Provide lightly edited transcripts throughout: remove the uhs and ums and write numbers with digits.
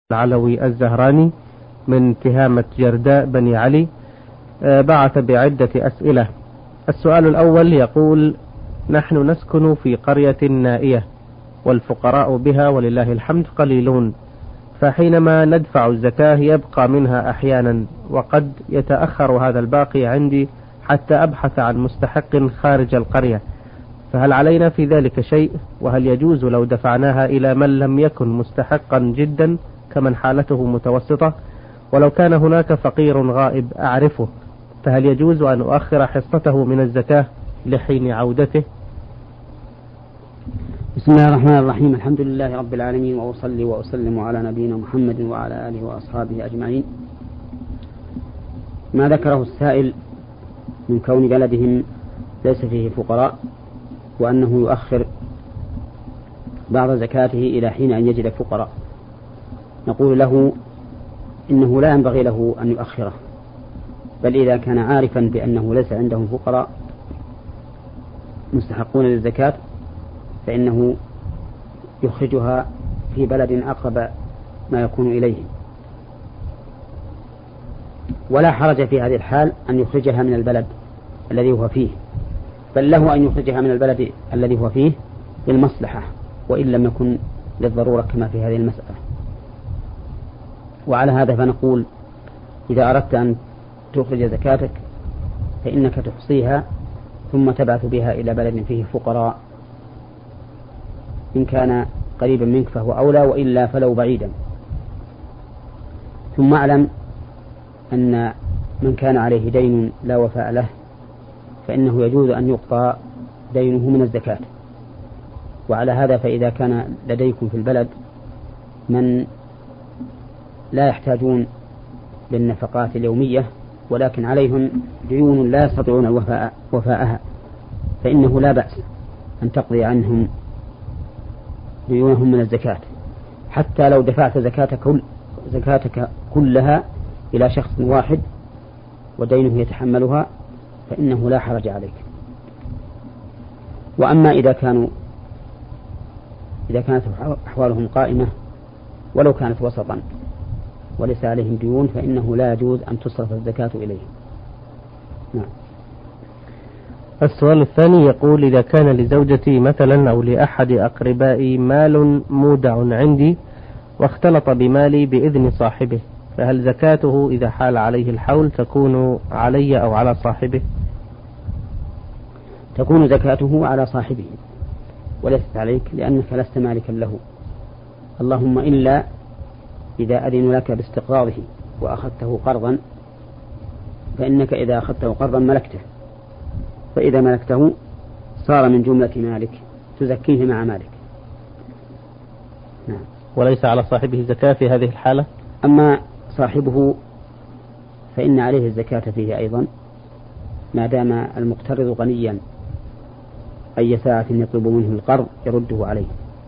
العلوي الزهراني من تهامة جرداء بني علي بعث بعدة أسئلة. السؤال الأول يقول: نحن نسكن في قرية نائية والفقراء بها ولله الحمد قليلون، فحينما ندفع الزكاة يبقى منها أحيانا، وقد يتأخر هذا الباقي عندي حتى أبحث عن مستحق خارج القرية، فهل علينا في ذلك شيء؟ وهل يجوز لو دفعناها إلى من لم يكن مستحقا جدا كمن حالته متوسطة؟ ولو كان هناك فقير غائب أعرفه، فهل يجوز أن أؤخر حصته من الزكاة لحين عودته؟ بسم الله الرحمن الرحيم. الحمد لله رب العالمين، وأصلي وأسلم على نبينا محمد وعلى آله وأصحابه أجمعين. ما ذكره السائل من كون بلدهم ليس فيه فقراء، وأنه يؤخر بعض زكاته إلى حين أن يجد فقراء، نقول له إنه لا ينبغي له أن يؤخره، بل إذا كان عارفا بأنه ليس عندهم فقراء مستحقون للزكاة فإنه يخرجها في بلد أقرب ما يكون إليه، ولا حرج في هذه الحال أن يخرجها من البلد الذي هو فيه، بل له أن يخرجها من البلد الذي هو فيه للمصلحة، وإن لم يكن للضرورة كما في هذه المسألة. وعلى هذا فنقول: إذا أردت أن تخرج زكاتك فإنك تحصيها ثم تبعث بها إلى بلد فيه فقراء، إن كان قريبا منك فهو أولى، وإلا فلو بعيدا. ثم اعلم أن من كان عليه دين لا وفاء له فإنه يجوز أن يقطع دينه من الزكاة. وعلى هذا فإذا كان لديكم في البلد من لا يحتاجون للنفقات اليومية ولكن عليهم ديون لا يستطيعون وفاءها، فإنه لا بأس أن تقضي عنهم ديونهم من الزكاة، حتى لو دفعت زكاتك كلها إلى شخص واحد ودينه يتحملها فإنه لا حرج عليك. وأما إذا كانت أحوالهم قائمة ولو كانت وسطا وليس عليهم ديون فإنه لا يجوز أن تصرف الزكاة إليهم. نعم. السؤال الثاني يقول: إذا كان لزوجتي مثلا أو لأحد أقربائي مال مودع عندي واختلط بمالي بإذن صاحبه، فهل زكاته إذا حال عليه الحول تكون علي أو على صاحبه؟ تكون زكاته على صاحبه وليست عليك، لأنك لست مالكا له، اللهم إلا إذا أذن لك باستقراضه وأخذته قرضا، فإنك إذا أخذته قرضا ملكته، فإذا ملكته صار من جملة مالك تزكيه مع مالك. نعم. وليس على صاحبه زكاة في هذه الحالة؟ أما صاحبه فإن عليه الزكاة فيه أيضا ما دام المقترض غنيا، أي ساعة يطلب منه القرض يرده عليه.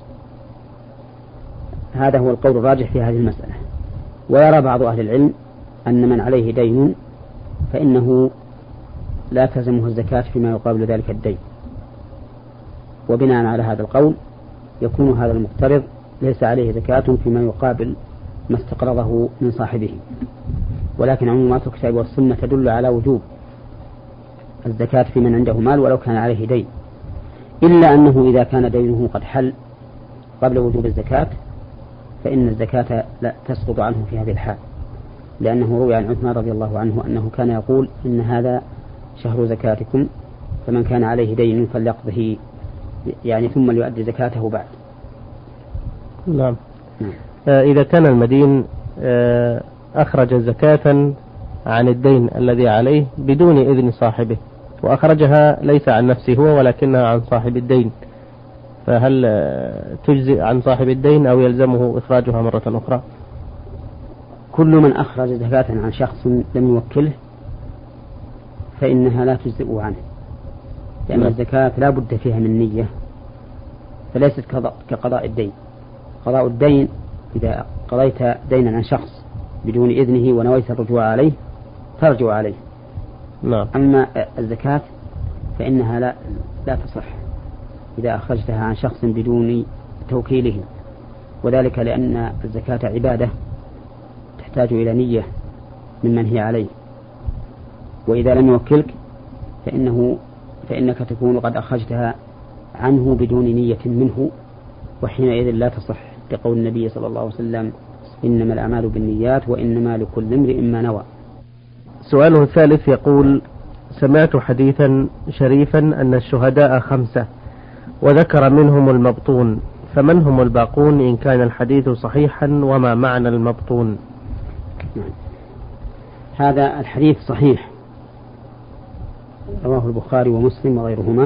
هذا هو القول الراجح في هذه المسألة. ويرى بعض أهل العلم أن من عليه دين فإنه لا تلزمه الزكاة فيما يقابل ذلك الدين، وبناء على هذا القول يكون هذا المقترض ليس عليه زكاة فيما يقابل ما استقرضه من صاحبه. ولكن عمومات الكتاب والسنة تدل على وجوب الزكاة في من عنده مال ولو كان عليه دين، إلا أنه إذا كان دينه قد حل قبل وجوب الزكاة فإن الزكاة لا تسقط عنه في هذه الحال، لأنه روي عن عثمان رضي الله عنه أنه كان يقول: إن هذا شهر زكاتكم، فمن كان عليه دين فليقضه، يعني ثم ليؤدي زكاته بعد. نعم. إذا كان المدين أخرج زكاة عن الدين الذي عليه بدون إذن صاحبه، وأخرجها ليس عن نفسه هو ولكنها عن صاحب الدين، فهل تجزئ عن صاحب الدين أو يلزمه إخراجها مرة أخرى؟ كل من أخرج زكاة عن شخص لم يوكله فإنها لا تجزئ عنه، لأن الزكاة لا بد فيها من نية، فليست كقضاء الدين. قضاء الدين إذا قضيت دينا عن شخص بدون إذنه ونويت الرجوع عليه ترجع عليه. نعم. أما الزكاة فإنها لا تصح إذا أخرجتها عن شخص بدون توكيله، وذلك لأن الزكاة عبادة تحتاج إلى نية ممن هي عليه، وإذا لم يوكلك فإنك تكون قد أخرجتها عنه بدون نية منه، وحينئذ لا تصح، لقول النبي صلى الله عليه وسلم: إنما الأعمال بالنيات وإنما لكل امرئ ما نوى. سؤاله الثالث يقول: سمعت حديثا شريفا أن الشهداء 5 وذكر منهم المبطون، فمن هم الباقون إن كان الحديث صحيحا، وما معنى المبطون؟ هذا الحديث صحيح، رواه البخاري ومسلم وغيرهما.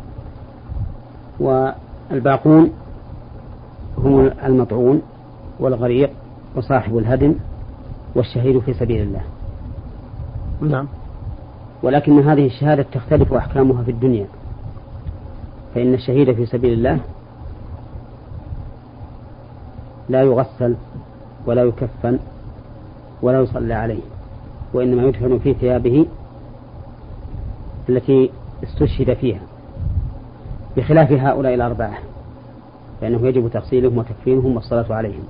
والباقون هم المطعون والغريق وصاحب الهدم والشهيد في سبيل الله. نعم. ولكن هذه الشهادة تختلف أحكامها في الدنيا، فإن الشهيد في سبيل الله لا يغسل ولا يكفن ولا يصلى عليه، وإنما يدفن في ثيابه التي استشهد فيها، بخلاف هؤلاء الأربعة، فإنه يجب تغسيلهم وتكفينهم والصلاة عليهم.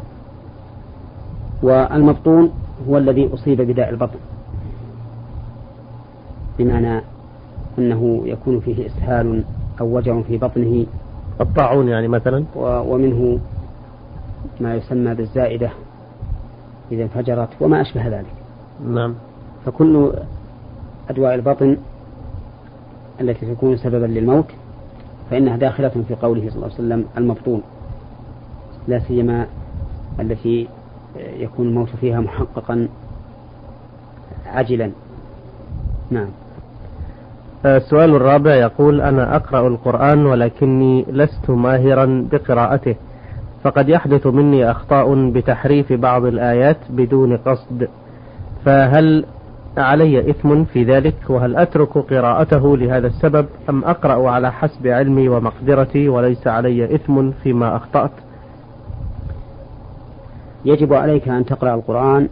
والمبطون هو الذي أصيب بداء البطن، بمعنى أنه يكون فيه إسهال أو وجع في بطنه، الطاعون يعني مثلا، ومنه ما يسمى بالزائدة إذا انفجرت وما أشبه ذلك. نعم. فكل أدواء البطن التي تكون سببا للموت فإنها داخلة في قوله صلى الله عليه وسلم المبطون، لا سيما التي يكون الموت فيها محققا عاجلا. نعم. السؤال الرابع يقول: أنا أقرأ القرآن ولكني لست ماهرا بقراءته، فقد يحدث مني أخطاء بتحريف بعض الآيات بدون قصد، فهل علي إثم في ذلك؟ وهل أترك قراءته لهذا السبب، أم أقرأ على حسب علمي ومقدرتي وليس علي إثم فيما أخطأت؟ يجب عليك أن تقرأ القرآن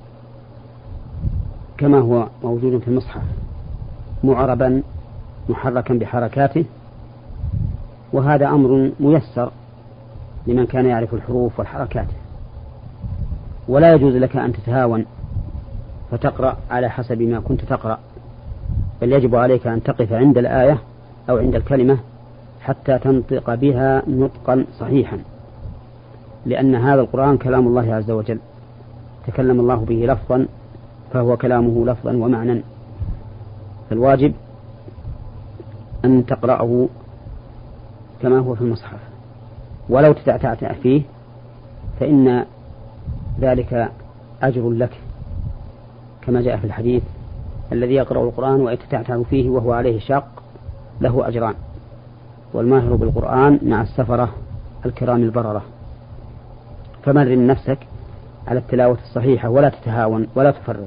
كما هو موجود في المصحف، معربا محركا بحركاته، وهذا أمر ميسر لمن كان يعرف الحروف والحركات. ولا يجوز لك أن تتهاون فتقرأ على حسب ما كنت تقرأ، بل يجب عليك أن تقف عند الآية أو عند الكلمة حتى تنطق بها نطقا صحيحا، لأن هذا القرآن كلام الله عز وجل، تكلم الله به لفظا فهو كلامه لفظا ومعنى، فالواجب أن تقرأه كما هو في المصحف، ولو تتعتعت فيه فإن ذلك أجر لك، كما جاء في الحديث: الذي يقرأ القرآن ويتتعتع فيه وهو عليه شاق له أجران، والماهر بالقرآن مع السفرة الكرام البررة. فمرن نفسك على التلاوة الصحيحة ولا تتهاون ولا تفرط.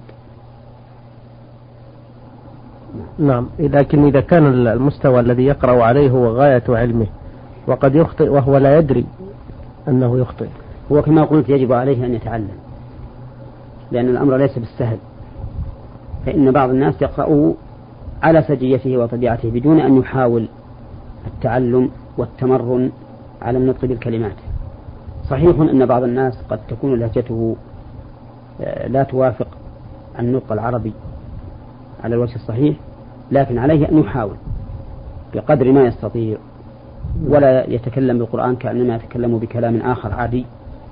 نعم. لكن إذا كان المستوى الذي يقرأ عليه هو غاية علمه وقد يخطئ وهو لا يدري أنه يخطئ، هو كما قلت يجب عليه أن يتعلم، لأن الأمر ليس بالسهل، فإن بعض الناس يقرأه على سجيته وطبيعته بدون أن يحاول التعلم والتمرن على النطق بالكلمات. صحيح أن بعض الناس قد تكون لهجته لا توافق النطق العربي على الوجه الصحيح، لكن عليه أن يحاول بقدر ما يستطيع، ولا يتكلم بالقرآن كأنما يتكلم بكلام آخر عادي.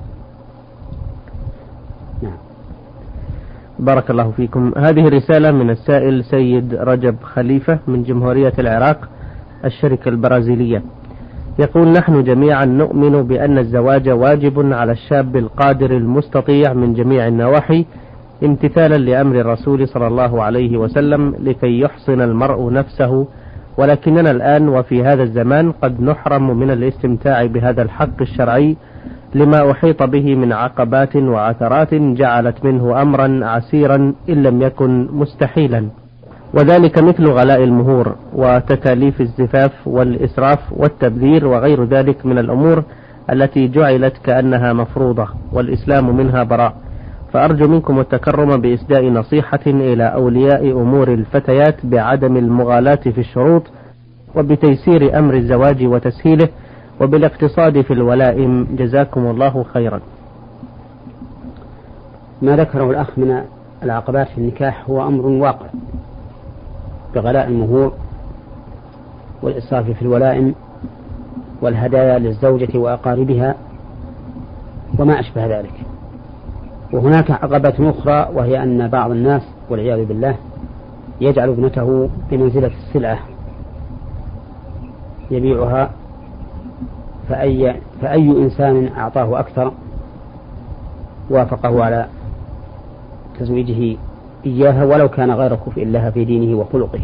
نعم. بارك الله فيكم. هذه رسالة من السائل سيد رجب خليفة من جمهورية العراق، الشركة البرازيلية، يقول: نحن جميعا نؤمن بأن الزواج واجب على الشاب القادر المستطيع من جميع النواحي، امتثالا لأمر الرسول صلى الله عليه وسلم لكي يحصن المرء نفسه، ولكننا الآن وفي هذا الزمان قد نحرم من الاستمتاع بهذا الحق الشرعي لما أحيط به من عقبات وعثرات جعلت منه أمرا عسيرا إن لم يكن مستحيلا، وذلك مثل غلاء المهور وتكاليف الزفاف والإسراف والتبذير وغير ذلك من الأمور التي جعلت كأنها مفروضة والإسلام منها براء. فأرجو منكم التكرم بإسداء نصيحة إلى أولياء أمور الفتيات بعدم المغالاة في الشروط، وبتيسير أمر الزواج وتسهيله، وبالاقتصاد في الولائم، جزاكم الله خيرا. ما ذكره الأخ من العقبات في النكاح هو أمر واقع بغلاء المهور والإسراف في الولائم والهدايا للزوجة وأقاربها وما أشبه ذلك. وهناك عقبة أخرى وهي أن بعض الناس والعياذ بالله يجعل ابنته بمنزلة السلعة يبيعها، فأي إنسان أعطاه أكثر وافقه على تزويجه إياها ولو كان غير كفء لها في دينه وخلقه.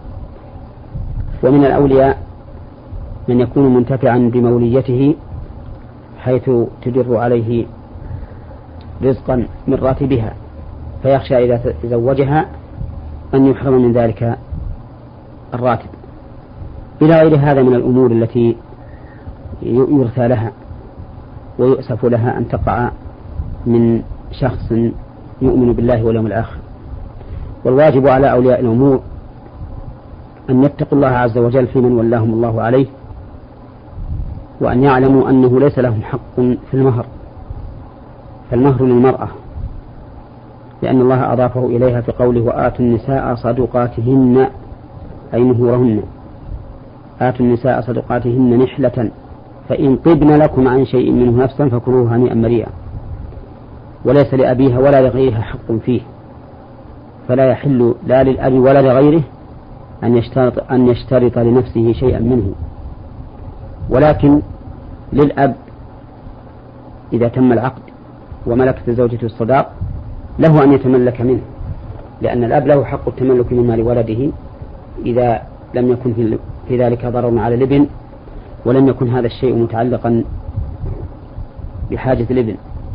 ومن الأولياء من يكون منتفعا بموليته حيث تدر عليه رزقا من راتبها فيخشى إذا تزوجها أن يحرم من ذلك الراتب، إلى غير هذا من الأمور التي يرثى لها ويؤسف لها أن تقع من شخص يؤمن بالله واليوم الآخر. والواجب على أولياء الأمور أن يتقوا الله عز وجل في من ولاهم الله عليه، وأن يعلموا أنه ليس لهم حق في المهر، فالمهر للمرأة، لأن الله أضافه إليها في قوله وآتوا النساء صدقاتهن أي مهورهن، آتوا النساء صدقاتهن نحلة فإن طبن لكم عن شيء منه نفسا فكلوه هنيئا مريئا. وليس لأبيها ولا لغيرها حق فيه، فلا يحل لا للأب ولا لغيره أن يشترط لنفسه شيئا منه، ولكن للأب إذا تم العقد وملكت زوجته الصداق له أن يتملك منه، لأن الأب له حق التملك من مال ولده إذا لم يكن في ذلك ضرر على الابن ولم يكن هذا الشيء متعلقا بحاجة الابن.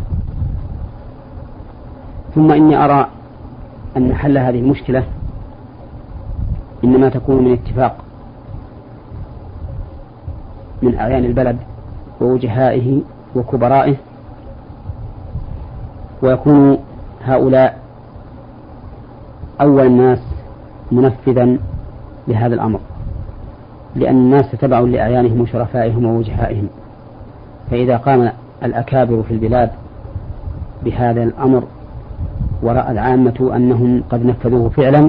ثم إني أرى أن حل هذه المشكلة إنما تكون من اتفاق من أعيان البلد ووجهائه وكبرائه، ويكون هؤلاء أول الناس منفذا لهذا الأمر، لأن الناس تبع لأعيانهم وشرفائهم ووجهائهم، فإذا قام الأكابر في البلاد بهذا الأمر ورأى العامة أنهم قد نفذوه فعلا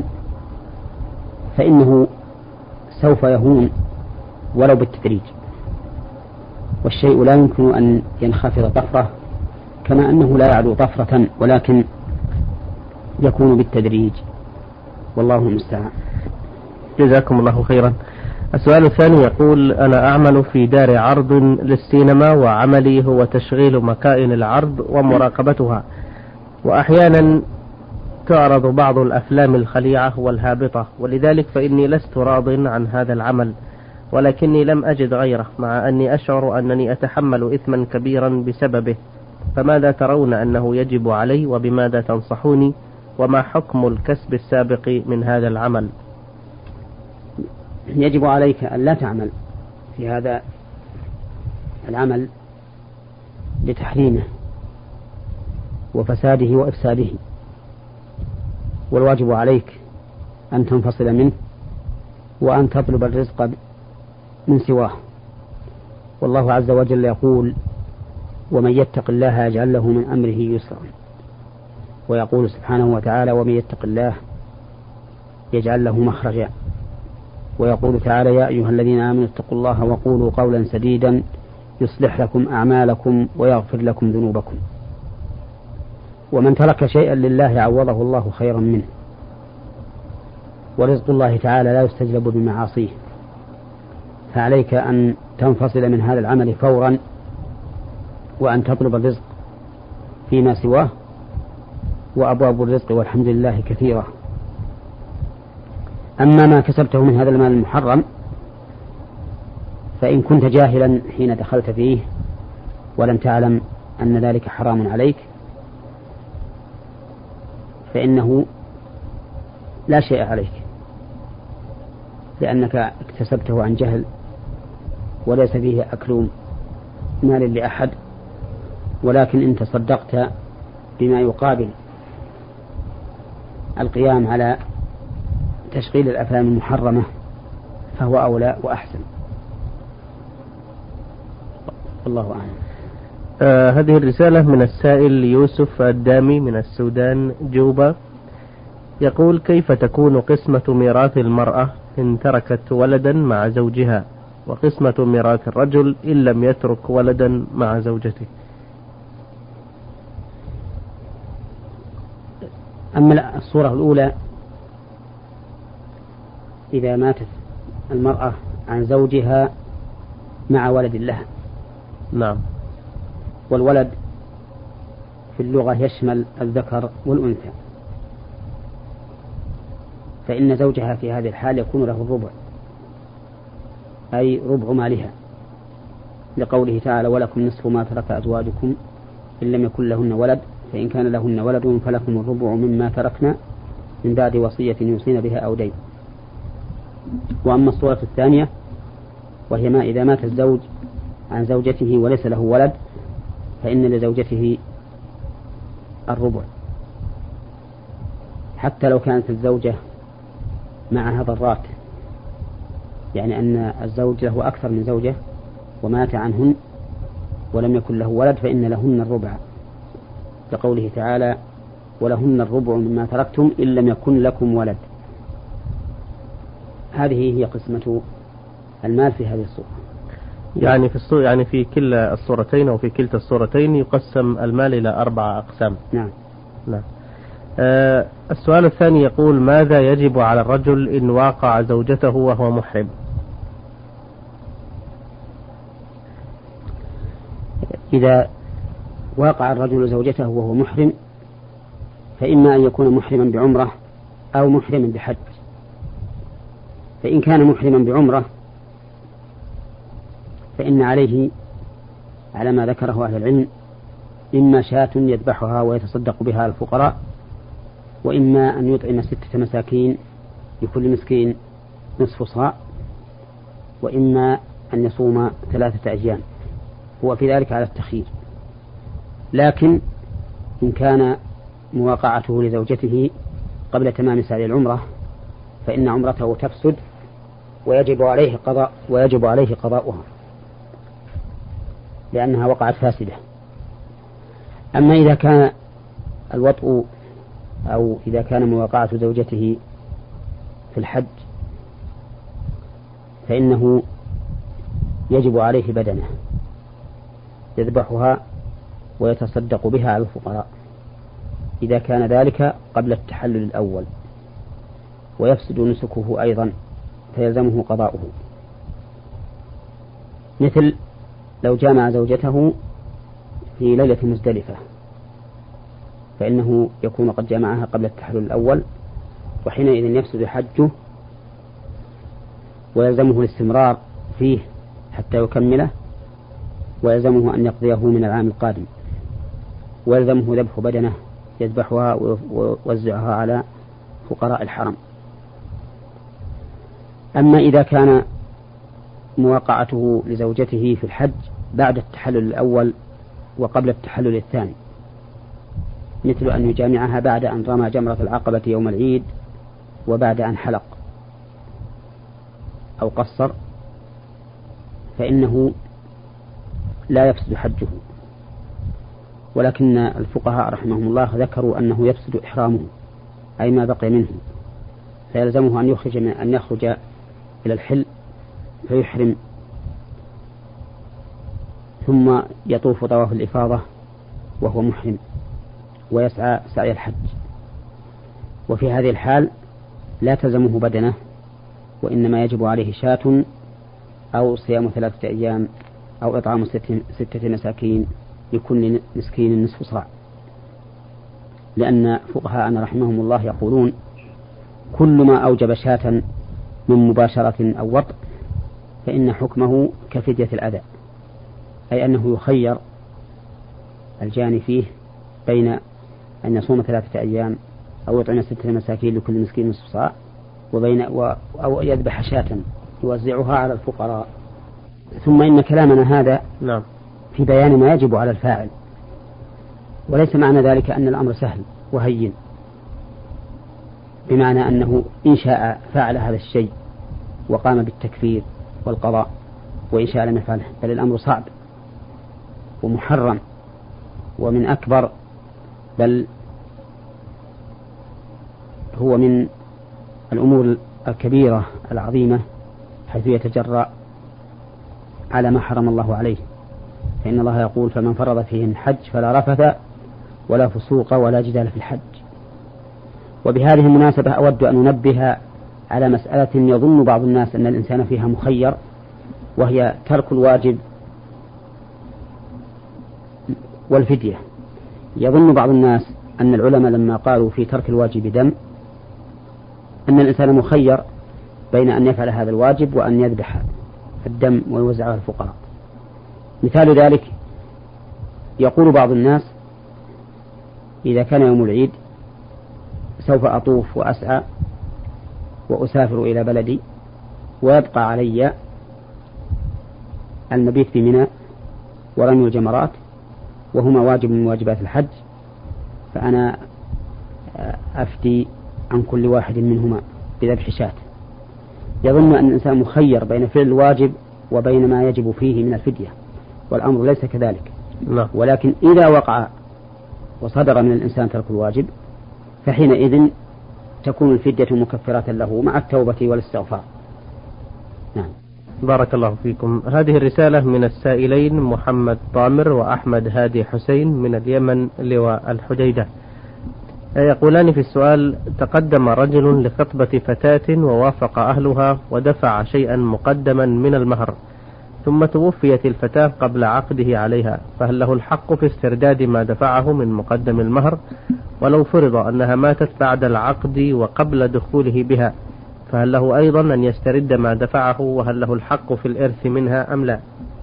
فإنه سوف يهون ولو بالتدريج، والشيء لا يمكن أن ينخفض طفرة كما أنه لا يعلو طفرة، ولكن يكون بالتدريج، والله المستعان. جزاكم الله خيرا. السؤال الثاني يقول أنا أعمل في دار عرض للسينما، وعملي هو تشغيل مكائن العرض ومراقبتها، وأحيانا تعرض بعض الأفلام الخليعة والهابطة، ولذلك فإني لست راض عن هذا العمل، ولكني لم أجد غيره، مع أني أشعر أنني أتحمل إثما كبيرا بسببه، فماذا ترون أنه يجب علي، وبماذا تنصحوني، وما حكم الكسب السابق من هذا العمل؟ يجب عليك أن لا تعمل في هذا العمل لتحريمه وفساده وإفساده، والواجب عليك أن تنفصل منه وأن تطلب الرزق من سواه. والله عز وجل يقول ومن يتق الله يجعل له من أمره يسرا، ويقول سبحانه وتعالى ومن يتق الله يجعل له مخرجا، ويقول تعالى يا أيها الذين آمنوا اتقوا الله وقولوا قولا سديدا يصلح لكم أعمالكم ويغفر لكم ذنوبكم. ومن ترك شيئا لله عوضه الله خيرا منه، ورزق الله تعالى لا يستجلب بمعاصيه، فعليك أن تنفصل من هذا العمل فورا وأن تطلب الرزق فيما سواه، وأبواب الرزق والحمد لله كثيرة. أما ما كسبته من هذا المال المحرم فإن كنت جاهلا حين دخلت فيه ولم تعلم أن ذلك حرام عليك فإنه لا شيء عليك، لأنك اكتسبته عن جهل وليس فيه أكل مال لأحد، ولكن إن تصدقت بما يقابل القيام على تشغيل الأفلام المحرمة فهو أولى وأحسن. الله أعلم. هذه الرسالة من السائل يوسف الدامي من السودان جوبا، يقول: كيف تكون قسمة ميراث المرأة إن تركت ولدا مع زوجها، وقسمة ميراث الرجل إن لم يترك ولدا مع زوجته؟ أما الصورة الأولى، إذا ماتت المرأة عن زوجها مع ولد لها. نعم. والولد في اللغة يشمل الذكر والأنثى، فإن زوجها في هذه الحال يكون له الربع، أي ربع مالها، لقوله تعالى: ولكم نصف ما ترك أزواجكم إن لم يكن لهن ولد فإن كان لهن ولد فلكم الربع مما تركنا من بعد وصية يوصين بها أو دين. وأما الصورة الثانية، وهي ما إذا مات الزوج عن زوجته وليس له ولد، فإن لزوجته الربع، حتى لو كانت الزوجة معها ضرات، يعني أن الزوج له أكثر من زوجة ومات عنهن ولم يكن له ولد، فإن لهن الربع، كقوله تعالى: ولهن الربع مما تركتم إن لم يكن لكم ولد. هذه هي قسمة المال في هذه الصورة. يعني في كلا الصورتين أو في كلتا الصورتين يقسم المال إلى 4 أقسام. نعم. نعم. السؤال الثاني يقول: ماذا يجب على الرجل إن واقع زوجته وهو محرم؟ إذا واقع الرجل زوجته وهو محرم، فإما أن يكون محرما بعمرة أو محرما بحج. فإن كان محرما بعمرة فإن عليه على ما ذكره أهل العلم إما شاة يذبحها ويتصدق بها على الفقراء، وإما أن يطعم 6 مساكين لكل مسكين نصف صاع، وإما أن يصوم 3 أيام. هو في ذلك على التخيير. لكن إن كان مواقعته لزوجته قبل تمام سعي العمرة فإن عمرته تفسد ويجب عليه قضاؤها لأنها وقعت فاسدة. أما إذا كان الوطء أو إذا كان مواقعة زوجته في الحج فإنه يجب عليه بدنه يذبحها ويتصدق بها على الفقراء إذا كان ذلك قبل التحلل الأول، ويفسد نسكه أيضا فيلزمه قضاؤه، مثل لو جامع زوجته في ليلة مزدلفة فإنه يكون قد جامعها قبل التحلل الأول، وحينئذ يفسد حجه ويلزمه الاستمرار فيه حتى يكمله، ويلزمه أن يقضيه من العام القادم، ويلزمه ذبح بدنه يذبحها ويوزعها على فقراء الحرم. أما إذا كان مواقعته لزوجته في الحج بعد التحلل الأول وقبل التحلل الثاني، مثل أن يجامعها بعد أن رمى جمرة العقبة يوم العيد وبعد أن حلق أو قصر، فإنه لا يفسد حجه، ولكن الفقهاء رحمهم الله ذكروا أنه يفسد إحرامه أي ما بقي منه، فيلزمه أن يخرج إلى الحل فيحرم ثم يطوف طواف الإفاضة وهو محرم ويسعى سعي الحج. وفي هذه الحال لا تلزمه بدنه، وإنما يجب عليه شاة أو صيام 3 أيام أو إطعام 6 مساكين لكل مسكين نصف صاع، لأن فقهاءنا رحمهم الله يقولون كل ما أوجب شاة من مباشرة أو وطء فإن حكمه كفدية الأذى، أي أنه يخير الجاني فيه بين أن يصوم 3 أيام أو يطعم 6 مساكين لكل مسكين نصف صاع أو يذبح شاة يوزعها على الفقراء. ثم إن كلامنا هذا في بيان ما يجب على الفاعل، وليس معنى ذلك أن الأمر سهل وهين، بمعنى أنه إن شاء فعل هذا الشيء وقام بالتكفير والقضاء، وإن شاء لم يفعله، بل الأمر صعب ومحرم ومن أكبر، بل هو من الأمور الكبيرة العظيمة، حيث يتجرأ على ما حرم الله عليه. فإن الله يقول: فمن فرض فيهن الحج فلا رفث ولا فسوق ولا جدال في الحج. وبهذه المناسبة أود أن أنبه على مسألة يظن بعض الناس أن الإنسان فيها مخير، وهي ترك الواجب والفدية. يظن بعض الناس أن العلماء لما قالوا في ترك الواجب دم أن الإنسان مخير بين أن يفعل هذا الواجب وأن يذبح الدم ويوزعه على الفقراء. مثال ذلك: يقول بعض الناس: إذا كان يوم العيد سوف أطوف وأسعى وأسافر إلى بلدي، ويبقى علي المبيت في منى ورمي الجمرات، وهما واجب من واجبات الحج، فأنا أفتي عن كل واحد منهما بذبح شاة. يظن أن الإنسان مخير بين فعل الواجب وبين ما يجب فيه من الفدية، والأمر ليس كذلك. لا. ولكن إذا وقع وصدر من الإنسان ترك الواجب فحينئذ تكون الفدية مكفرة له مع التوبة والاستغفار. نعم. بارك الله فيكم. هذه الرسالة من السائلين محمد طامر وأحمد هادي حسين من اليمن لواء الحديدة. يقولان في السؤال: تقدم رجل لخطبة فتاة ووافق أهلها ودفع شيئا مقدما من المهر، ثم توفيت الفتاة قبل عقده عليها، فهل له الحق في استرداد ما دفعه من مقدم المهر؟ ولو فرض أنها ماتت بعد العقد وقبل دخوله بها، فهل له أيضا أن يسترد ما دفعه؟ وهل له الحق في الإرث منها أم لا؟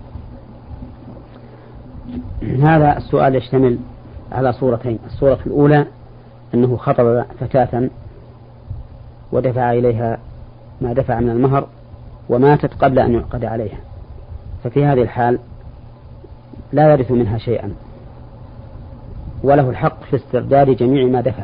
هذا السؤال يشتمل على صورتين. الصورة الأولى أنه خطب فتاة ودفع إليها ما دفع من المهر وماتت قبل أن يعقد عليها، ففي هذه الحال لا يرث منها شيئا، وله الحق في استرداد جميع ما دفع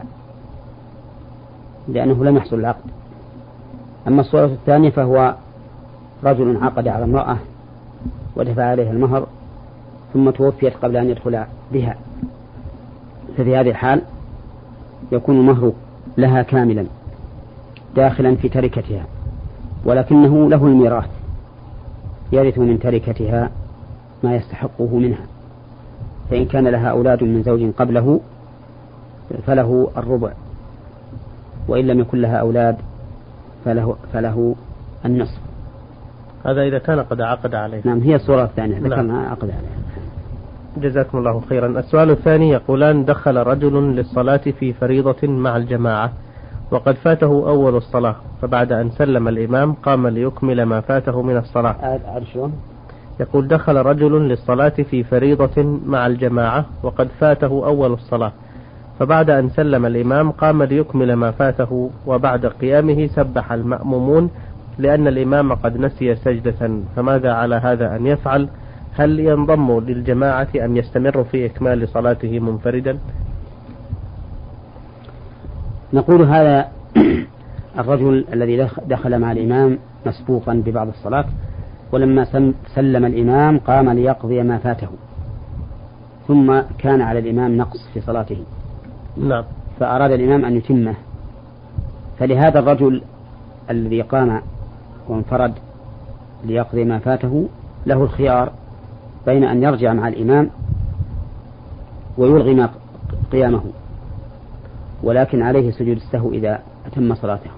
لأنه لم يحصل العقد. أما الصورة الثانية فهو رجل عقد على امرأة ودفع عليها المهر ثم توفيت قبل أن يدخل بها، ففي هذه الحال يكون المهر لها كاملا داخلا في تركتها، ولكنه له الميراث، يرث من تركتها ما يستحقه منها. فإن كان لها أولاد من زوج قبله فله الربع، وإن لم يكن لها أولاد فله النصف. هذا إذا كان قد عقد عليه. نعم، هي الصورة الثانية ذكرنا عقد عليها. جزاكم الله خيرا. السؤال الثاني: يقولان: دخل رجل للصلاة في فريضة مع الجماعة وقد فاته أول الصلاة، فبعد أن سلم الإمام قام ليكمل ما فاته من الصلاة. يقول: دخل رجل للصلاة في فريضة مع الجماعة وقد فاته أول الصلاة، فبعد أن سلم الإمام قام ليكمل ما فاته، وبعد قيامه سبح المأمومون لأن الإمام قد نسي سجدة، فماذا على هذا أن يفعل؟ هل ينضم للجماعة أم يستمر في إكمال صلاته منفردا؟ نقول هذا الرجل الذي دخل مع الإمام مسبوقا ببعض الصلاة، ولما سلم الإمام قام ليقضي ما فاته، ثم كان على الإمام نقص في صلاته. نعم. فأراد الإمام أن يتمه، فلهذا الرجل الذي قام وانفرد ليقضي ما فاته له الخيار بين أن يرجع مع الإمام ويلغي ما قيامه، ولكن عليه سجود السهو إذا أتم صلاته،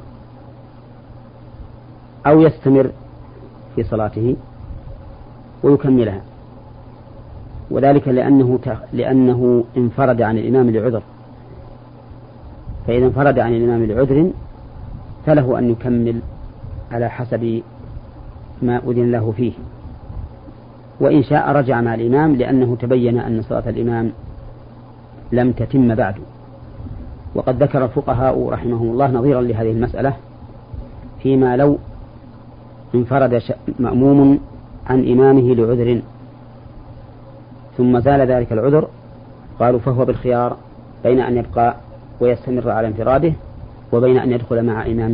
أو يستمر في صلاته ويكملها، وذلك لأنه انفرد عن الإمام لعذر، فإذا انفرد عن الإمام لعذر فله أن يكمل على حسب ما أذن له فيه، وإن شاء رجع مع الإمام لأنه تبين أن صلاة الإمام لم تتم بعد. وقد ذكر الفقهاء رحمهم الله نظيرا لهذه المسألة فيما لو انفرد مأموم عن إمامه لعذر ثم زال ذلك العذر، قالوا فهو بالخيار بين أن يبقى ويستمر على انفراده وبين أن يدخل مع إمامه.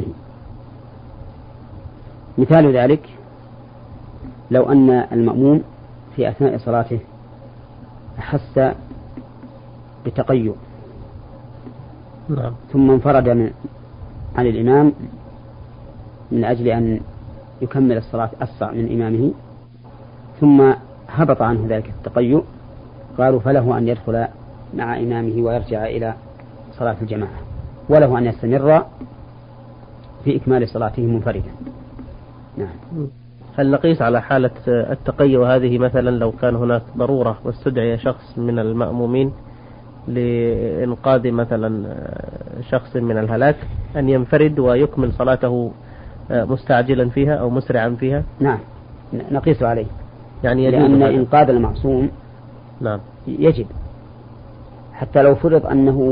مثال ذلك لو أن المأموم في أثناء صلاته أحس بتقيؤ نعم. ثم انفرد عن الإمام من أجل أن يكمل الصلاة أسرع من إمامه، ثم هبط عنه ذلك التقيؤ، قالوا فله أن يدخل مع إمامه ويرجع إلى صلاة الجماعة، وله أن يستمر في إكمال صلاته منفردا. نعم. هل نقيس على حالة التقيؤ هذه مثلا لو كان هناك ضرورة واستدعي شخص من المأمومين لإنقاذ مثلا شخص من الهلاك أن ينفرد ويكمل صلاته مستعجلا فيها أو مسرعا فيها؟ نعم، نقيس عليه، يعني لأن إنقاذ المعصوم نعم يجب، حتى لو فرض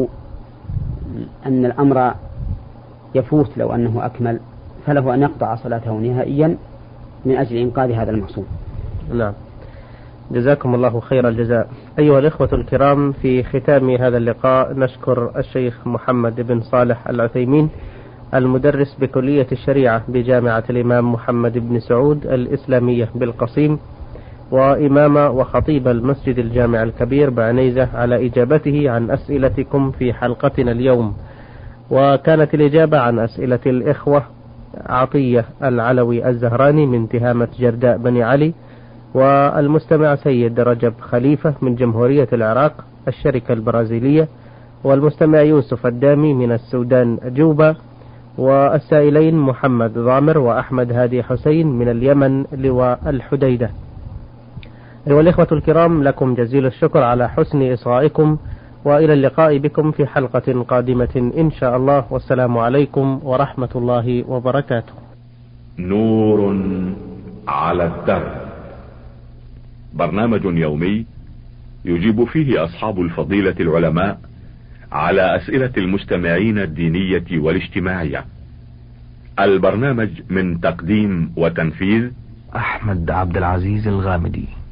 أن الأمر يفوت لو أنه أكمل، فله أن يقطع صلاته نهائيا من أجل إنقاذ هذا المعصوم. نعم، جزاكم الله خير الجزاء. أيها الإخوة الكرام، في ختام هذا اللقاء نشكر الشيخ محمد بن صالح العثيمين المدرس بكلية الشريعة بجامعة الإمام محمد بن سعود الإسلامية بالقصيم، وإمام وخطيب المسجد الجامع الكبير بعنيزة، على إجابته عن أسئلتكم في حلقتنا اليوم. وكانت الإجابة عن أسئلة الإخوة عطية العلوي الزهراني من تهامة جرداء بني علي، والمستمع سيد رجب خليفة من جمهورية العراق الشركة البرازيلية، والمستمع يوسف الدامي من السودان جوبا، والسائلين محمد ضامر وأحمد هادي حسين من اليمن لواء الحديدة. أيها الإخوة الكرام، لكم جزيل الشكر على حسن إصغائكم، وإلى اللقاء بكم في حلقة قادمة إن شاء الله، والسلام عليكم ورحمة الله وبركاته. نور على الدرب، برنامج يومي يجيب فيه أصحاب الفضيلة العلماء على أسئلة المستمعين الدينية والاجتماعية. البرنامج من تقديم وتنفيذ أحمد عبد العزيز الغامدي.